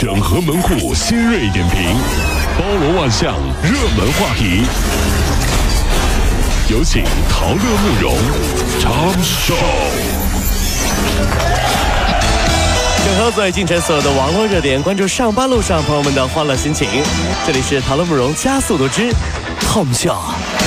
整合门户新锐点评，包罗万象，热门话题。有请陶乐慕容长寿。 整合最近城所有的网络热点，关注上班路上朋友们的欢乐心情。这里是陶乐慕容加速度之 Tom Show。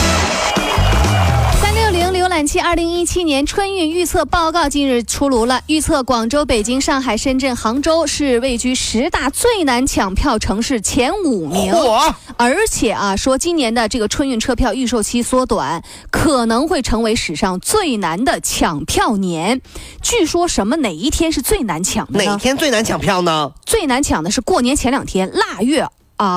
浏览器2017年春运预测报告近日出炉了，预测广州、北京、上海、深圳、杭州是位居10大最难抢票城市前5名。而且说今年的这个春运车票预售期缩短，可能会成为史上最难的抢票年。据说哪一天是最难抢的呢？ 哪天最难抢票呢？ 最难抢的是过年前2天，腊月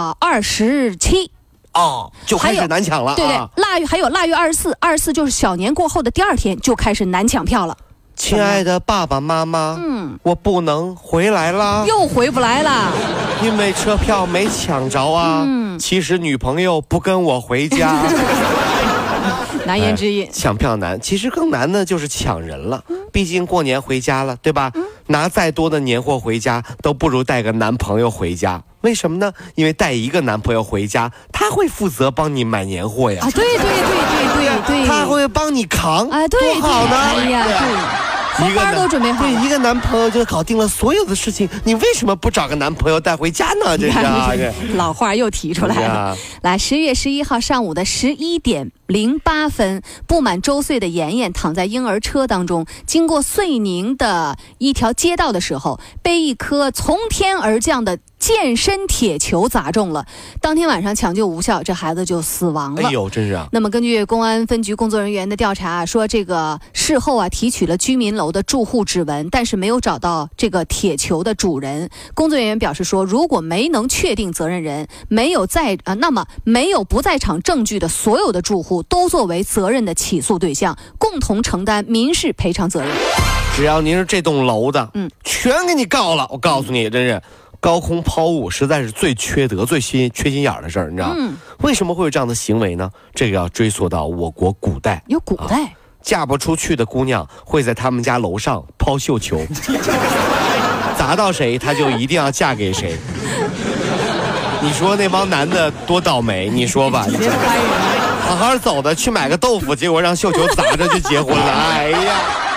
27。 就开始难抢了。 对，还有腊月24就是小年过后的第2天就开始难抢票了。 亲爱的爸爸妈妈，我不能回来了， 又回不来了， 因为车票没抢着啊。其实女朋友不跟我回家。 难言之隐。 抢票难，其实更难的就是抢人了。毕竟过年回家了，对吧？拿再多的年货回家，都不如带个男朋友回家。为什么呢？因为带一个男朋友回家，他会负责帮你买年货呀。 对， 他会帮你扛对， 多好呢！ 哎呀，对，红包都准备好了。 对，一个男朋友就搞定了所有的事情，你为什么不找个男朋友带回家呢？这是老话又提出来了。来，10月11号上午的11点08分，不满周岁的妍妍躺在婴儿车当中，经过遂宁的一条街道的时候，被一颗从天而降的健身铁球砸中了。当天晚上抢救无效，这孩子就死亡了。 哎呦，真是啊！ 那么根据公安分局工作人员的调查说，这个事后提取了居民楼的住户指纹，但是没有找到这个铁球的主人。工作人员表示说，如果没能确定责任人，那么没有不在场证据的所有的住户都作为责任的起诉对象，共同承担民事赔偿责任。 只要您是这栋楼的，全给你告了。我告诉你，真是高空抛物实在是最缺德、最缺心眼的事儿，你知道？为什么会有这样的行为呢？这个要追溯到我国古代。 有古代， 嫁不出去的姑娘会在他们家楼上抛绣球，砸到谁，她就一定要嫁给谁。你说那帮男的多倒霉？你说吧。 别烦人。 好好走的去买个豆腐，结果让绣球砸着就结婚了。哎呀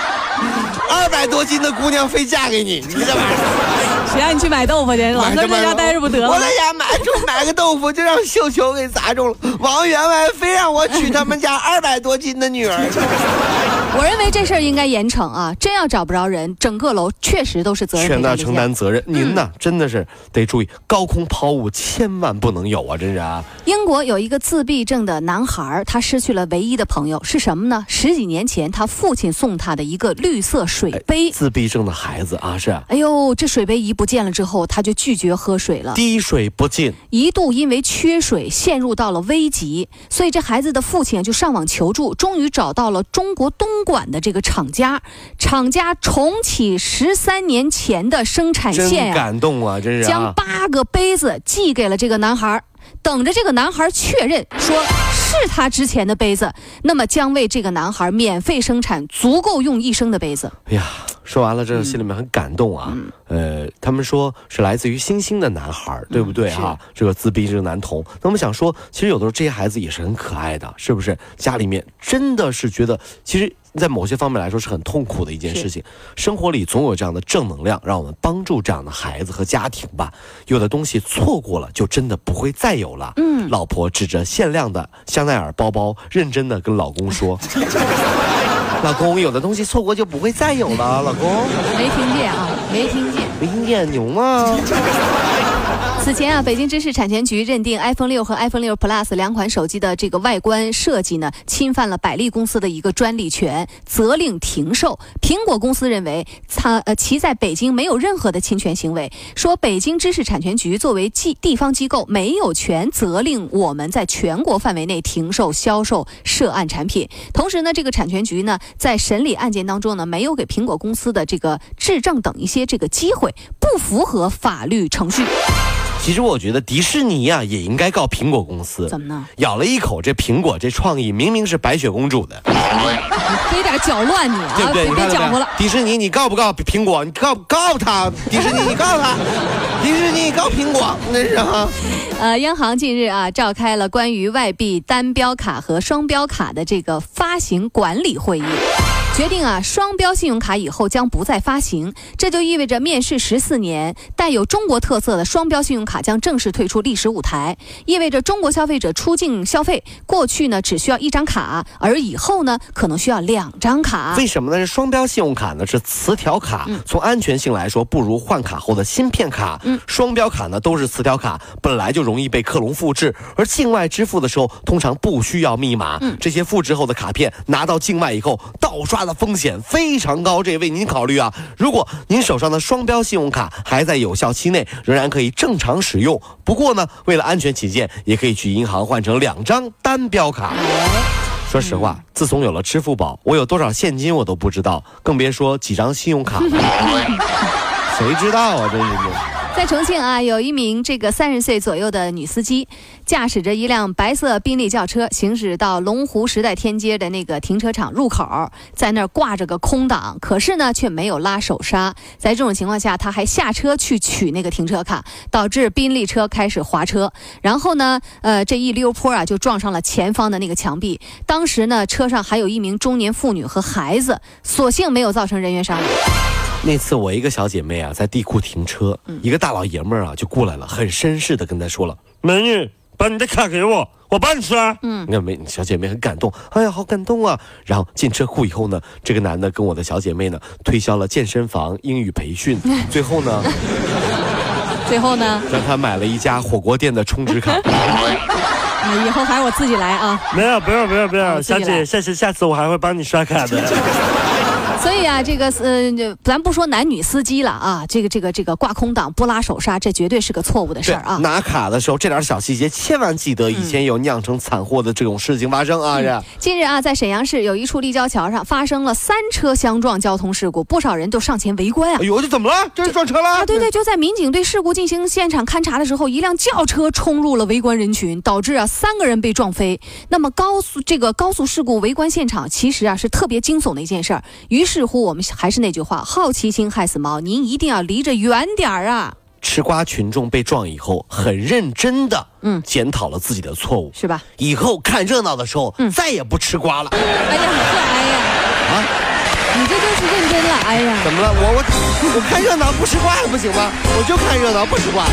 ，200多斤的姑娘非嫁给你，你这玩意儿。 谁让你去买豆腐去？老在这家待着不得了？ 我在家买个豆腐，就让绣球给砸中了。王员外非让我娶他们家200多斤的女儿。 我认为这事儿应该严惩啊！真要找不着人，整个楼确实都是责任赔偿对象， 全要承担责任。您呢，真的是得注意，高空抛物千万不能有啊！真是啊！ 英国有一个自闭症的男孩，他失去了唯一的朋友是什么呢？10几年前，他父亲送他的一个绿色水杯。 自闭症的孩子啊，是。 哎呦，这水杯一不见了之后，他就拒绝喝水了， 滴水不进， 一度因为缺水陷入到了危急，所以这孩子的父亲就上网求助，终于找到了中国东莞的这个厂家重启13年前的生产线， 真感动啊！真是将8个杯子寄给了这个男孩，等着这个男孩确认说是他之前的杯子，那么将为这个男孩免费生产足够用一生的杯子。 哎呀，说完了，这心里面很感动啊。他们说是来自于星星的男孩，对不对哈？这个自闭症男童。那我们想说，其实有的时候这些孩子也是很可爱的，是不是？家里面真的是觉得，其实在某些方面来说是很痛苦的一件事情。生活里总有这样的正能量，让我们帮助这样的孩子和家庭吧。有的东西错过了，就真的不会再有了。老婆指着限量的香奈儿包包，认真的跟老公说。老公，有的东西错过就不会再有了。老公， 没听见啊，没听见， 牛吗？ 此前北京知识产权局认定 iPhone 6和 iPhone 6 Plus 两款手机的这个外观设计呢，侵犯了百利公司的一个专利权，责令停售。苹果公司认为其在北京没有任何的侵权行为，说北京知识产权局作为地方机构没有权责令我们在全国范围内停售销售涉案产品。同时呢，这个产权局呢在审理案件当中呢，没有给苹果公司的这个质证等一些这个机会，不符合法律程序。 其实我觉得迪士尼啊也应该告苹果公司。 怎么呢？ 咬了一口这苹果这创意明明是白雪公主的， 别点搅乱你啊！ 对不对？ 别搅和了。 迪士尼，你告不告苹果？你告他？迪士尼，你告他？迪士尼，你告苹果？那是啊。 央行近日啊召开了关于外币单标卡和双标卡的这个发行管理会议。决定啊，双标信用卡以后将不再发行，这就意味着面世14年带有中国特色的双标信用卡将正式退出历史舞台，意味着中国消费者出境消费，过去呢只需要1张卡，而以后呢可能需要2张卡。 为什么呢？这双标信用卡呢是磁条卡，从安全性来说不如换卡后的芯片卡。双标卡呢都是磁条卡，本来就容易被克隆复制，而境外支付的时候通常不需要密码。这些复制后的卡片拿到境外以后，盗刷的风险非常高，这也为您考虑啊。如果您手上的双标信用卡还在有效期内，仍然可以正常使用。不过呢，为了安全起见，也可以去银行换成2张单标卡。说实话，自从有了支付宝，我有多少现金我都不知道，更别说几张信用卡了。谁知道啊，真是的。 在重庆啊，有一名这个30岁左右的女司机，驾驶着一辆白色宾利轿车，行驶到龙湖时代天街的那个停车场入口，在那儿挂着个空档，可是呢却没有拉手刹。在这种情况下，他还下车去取那个停车卡，导致宾利车开始滑车，然后呢，这一溜坡啊就撞上了前方的那个墙壁。当时呢，车上还有一名中年妇女和孩子，所幸没有造成人员伤亡。 那次我一个小姐妹啊，在地库停车，一个大老爷们儿啊就过来了，很绅士的跟她说了：“美女，把你的卡给我，我帮你刷。”那小姐妹很感动，哎呀，好感动啊！然后进车库以后呢，这个男的跟我的小姐妹呢推销了健身房、英语培训，最后呢，让她买了一家火锅店的充值卡。 以后还是我自己来啊！ 没有，不要，小姐，下次我还会帮你刷卡的。 所以啊，这个咱不说男女司机了啊，这个挂空档不拉手刹，这绝对是个错误的事儿啊！ 拿卡的时候这点小细节千万记得，以前有酿成惨祸的这种事情发生啊！ 近日啊，在沈阳市有一处立交桥上发生了3车相撞交通事故，不少人都上前围观啊！ 哎呦，这怎么了？这是撞车了？ 啊，对，就在民警对事故进行现场勘查的时候，一辆轿车冲入了围观人群，导致啊3个人被撞飞。那么高速事故围观现场其实啊是特别惊悚的一件事儿。于是乎，我们还是那句话，好奇心害死猫，您一定要离着远点儿啊！ 吃瓜群众被撞以后，很认真的检讨了自己的错误， 是吧？ 以后看热闹的时候，再也不吃瓜了。 哎呀，啊！你这就是认真了，哎呀！ 怎么了？我看热闹不吃瓜不行吗？我就看热闹不吃瓜。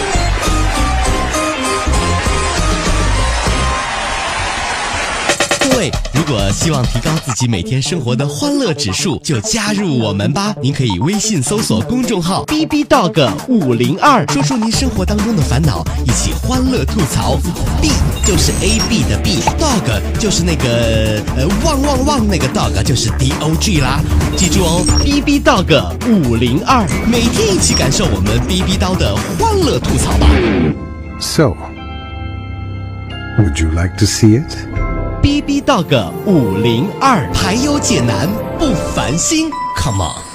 各位，如果希望提高自己每天生活的欢乐指数，就加入我们吧！您可以微信搜索公众号 bbdog502， 说出您生活当中的烦恼，一起欢乐吐槽。B 就是 AB 的 B，Dog 就是那个汪那个 Dog 就是 DOG 啦，记住哦 ，bbdog502， 每天一起感受我们 BB 刀的欢乐吐槽吧。 So, would you like to see it?BB Dog 502，排忧解难不烦心 ，Come on。